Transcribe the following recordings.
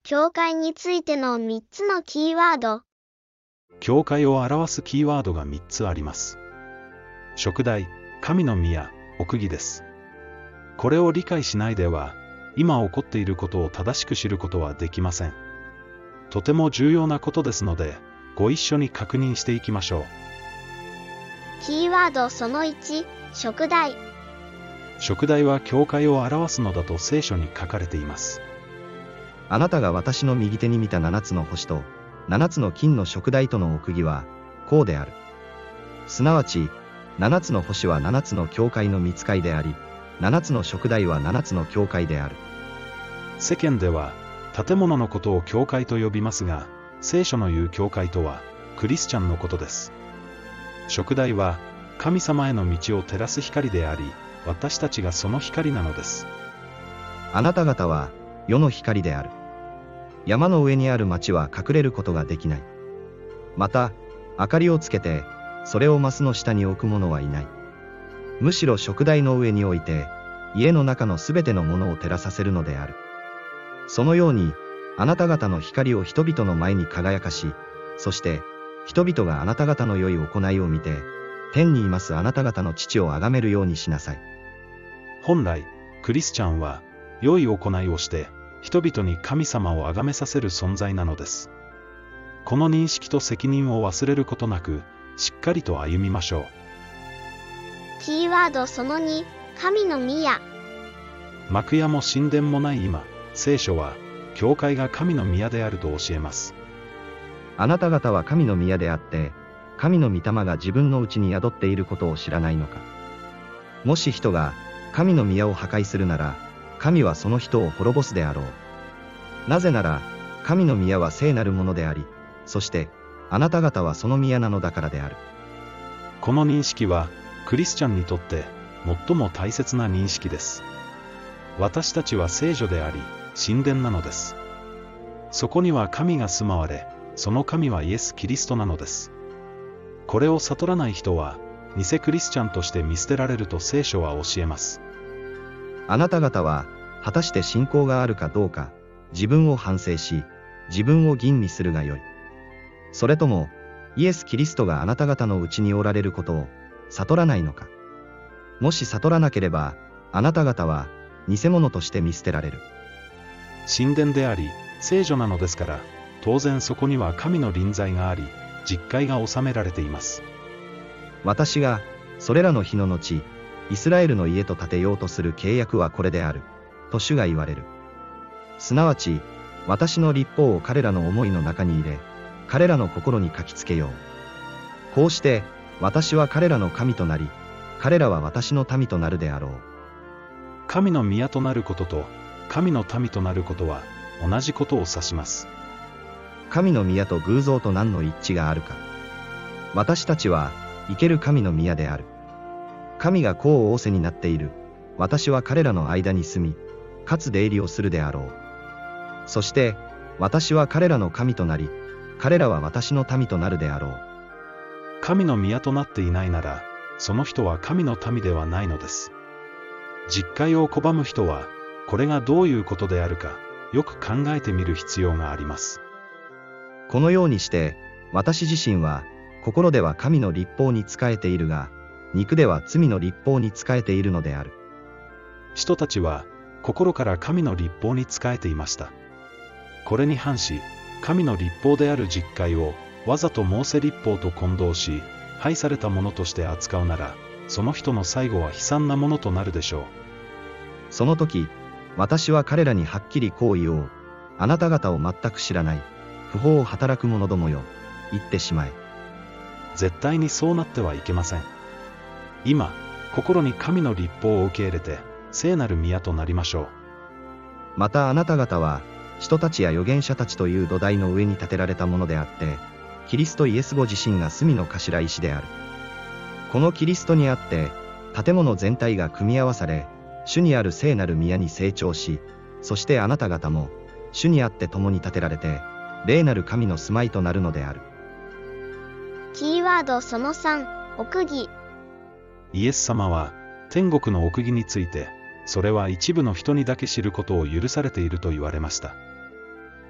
教会についての3つのキーワード。 教会を表すキーワードが3つあります。燭台、神の宮、奥義です。これを理解しないでは、今起こっていることを正しく知ることはできません。とても重要なことですので、ご一緒に確認していきましょう。 キーワードその1、燭台。 燭台は教会を表すのだと聖書に書かれています。 あなたが私の右手に見た7つの星と7つの金の燭台との奥義はこうである。すなわち7つの星は7つの教会の御使いであり、7つの燭台は7つの教会である。 世間では建物のことを教会と呼びますが、聖書の言う教会とはクリスチャンのことです。燭台は神様への道を照らす光であり、私たちがその光なのです。 あなた方は世の光である。山の上にある町は隠れることができない。また明かりをつけてそれをマスの下に置く者はいない。むしろ燭台の上に置いて家の中のすべてのものを照らさせるのである。そのようにあなた方の光を人々の前に輝かし、そして人々があなた方の良い行いを見て天にいますあなた方の父を崇めるようにしなさい。 本来クリスチャンは良い行いをして人々に神様を崇めさせる存在なのです。この認識と責任を忘れることなく、しっかりと歩みましょう。 キーワードその2、神の宮。 幕屋も神殿もない今、聖書は教会が神の宮であると教えます。 あなた方は神の宮であって、神の御霊が自分のうちに宿っていることを知らないのか。もし人が神の宮を破壊するなら、神はその人を滅ぼすであろう。なぜなら、神の宮は聖なるものであり、そしてあなた方はその宮なのだからである。 この認識はクリスチャンにとって最も大切な認識です。私たちは聖女であり、神殿なのです。そこには神が住まわれ、その神はイエス・キリストなのです。これを悟らない人は、偽クリスチャンとして見捨てられると聖書は教えます。 あなた方は、果たして信仰があるかどうか、自分を反省し、自分を吟味するがよい。それとも、イエス・キリストがあなた方のうちにおられることを、悟らないのか。もし悟らなければ、あなた方は、偽物として見捨てられる。 神殿であり、聖女なのですから、当然そこには神の臨在があり、実戒が収められています。 私が、それらの日の後、イスラエルの家と建てようとする契約はこれである、と主が言われる。すなわち、私の律法を彼らの思いの中に入れ、彼らの心に書きつけよう。こうして、私は彼らの神となり、彼らは私の民となるであろう。 神の宮となることと、神の民となることは、同じことを指します。 神の宮と偶像と何の一致があるか。私たちは、生ける神の宮である。神が子を仰せになっている。私は彼らの間に住み、かつ出入りをするであろう。そして、私は彼らの神となり、彼らは私の民となるであろう。 神の宮となっていないなら、その人は神の民ではないのです。実戒を拒む人は、これがどういうことであるか、よく考えてみる必要があります。 このようにして、私自身は、心では神の律法に仕えているが、肉では罪の律法に仕えているのである。 人たちは、心から神の律法に仕えていました。これに反し、神の律法である実戒を、わざとモーセ律法と混同し、廃されたものとして扱うなら、その人の最後は悲惨なものとなるでしょう。 その時、私は彼らにはっきりこう言おう。あなた方を全く知らない、不法を働く者どもよ、言ってしまえ。 絶対にそうなってはいけません。今、心に神の律法を受け入れて、聖なる宮となりましょう。 またあなた方は、人たちや預言者たちという土台の上に建てられたものであって、キリストイエスご自身が隅の頭石である。このキリストにあって、建物全体が組み合わされ、主にある聖なる宮に成長し、そしてあなた方も、主にあって共に建てられて、霊なる神の住まいとなるのである。 キーワードその3、奥義。 イエス様は、天国の奥義について、それは一部の人にだけ知ることを許されていると言われました。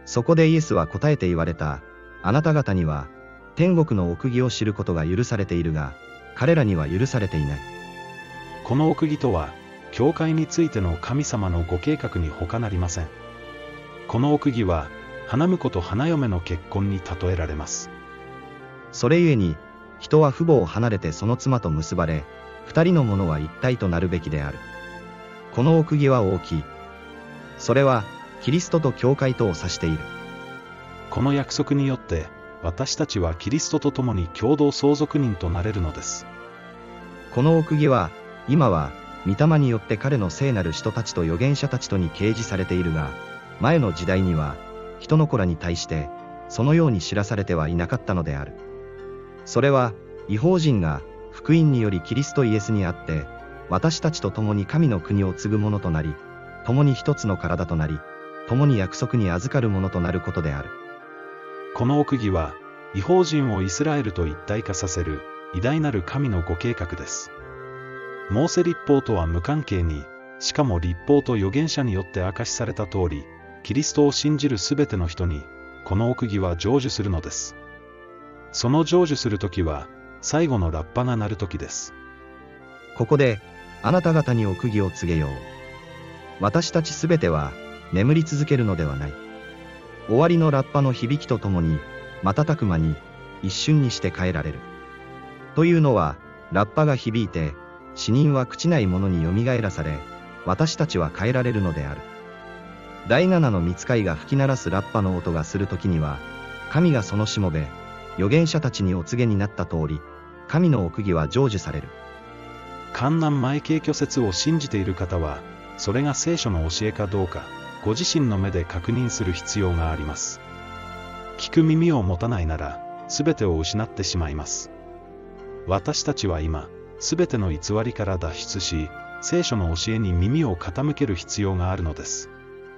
そこでイエスは答えて言われた。あなた方には、天国の奥義を知ることが許されているが、彼らには許されていない。 この奥義とは、教会についての神様のご計画に他なりません。この奥義は、花婿と花嫁の結婚に例えられます。 それゆえに、人は父母を離れてその妻と結ばれ、二人の者は一体となるべきである。この奥義は大きい。それは、キリストと教会とを指している。 この約束によって、私たちはキリストと共に共同相続人となれるのです。 この奥義は、今は、御霊によって彼の聖なる使徒たちと預言者たちとに掲示されているが、前の時代には、人の子らに対して、そのように知らされてはいなかったのである。それは、異邦人が、福音によりキリストイエスにあって、私たちと共に神の国を継ぐ者となり、共に一つの体となり、共に約束に預かる者となることである。 この奥義は、異邦人をイスラエルと一体化させる、偉大なる神のご計画です。モーセ律法とは無関係に、しかも律法と預言者によって明かしされた通り、キリストを信じるすべての人に、この奥義は成就するのです。その成就するときは、最後のラッパが鳴るときです。 ここで、あなた方に奥義を告げよう。私たちすべては、眠り続けるのではない。終わりのラッパの響きとともに、瞬く間に、一瞬にして変えられる。というのは、ラッパが響いて、死人は朽ちないものによみがえらされ、私たちは変えられるのである。第七の御使いが吹き鳴らすラッパの音がするときには、神がそのしもべ、預言者たちにお告げになった通り、神の奥義は成就される。 観難前景挙説を信じている方は、それが聖書の教えかどうか、ご自身の目で確認する必要があります。聞く耳を持たないなら、すべてを失ってしまいます。私たちは今、すべての偽りから脱出し、聖書の教えに耳を傾ける必要があるのです。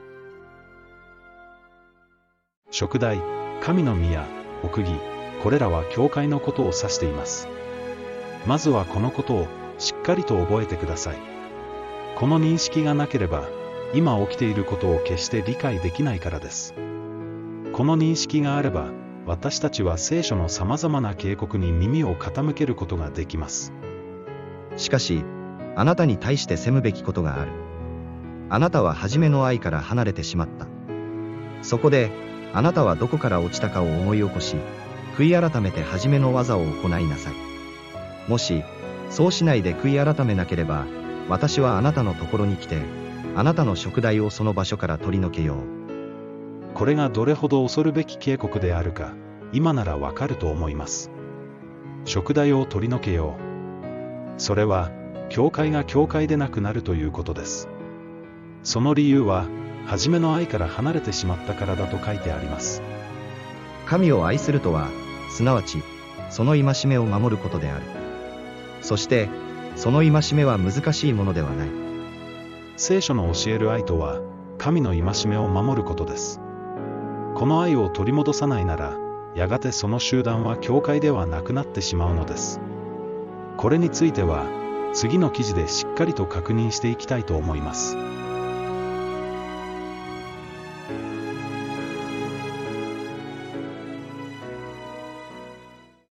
贖罪、神の宮、奥義、これらは教会のことを指しています。まずはこのことをしっかりと覚えてください。この認識がなければ、今起きていることを決して理解できないからです。この認識があれば、私たちは聖書の様々な警告に耳を傾けることができます。 しかし、あなたに対して責むべきことがある。あなたは初めの愛から離れてしまった。そこで、あなたはどこから落ちたかを思い起こし、悔い改めて初めの技を行いなさい。もし、そうしないで悔い改めなければ、私はあなたのところに来て、あなたの贖罪をその場所から取り除けよう。 これがどれほど恐るべき警告であるか、今ならわかると思います。贖罪を取り除けよう。それは、教会が教会でなくなるということです。その理由は、初めの愛から離れてしまったからだと書いてあります。 神を愛するとは、すなわち、その戒めを守ることである。そして、その戒めは難しいものではない。 聖書の教える愛とは、神の戒めを守ることです。この愛を取り戻さないなら、やがてその集団は教会ではなくなってしまうのです。これについては、次の記事でしっかりと確認していきたいと思います。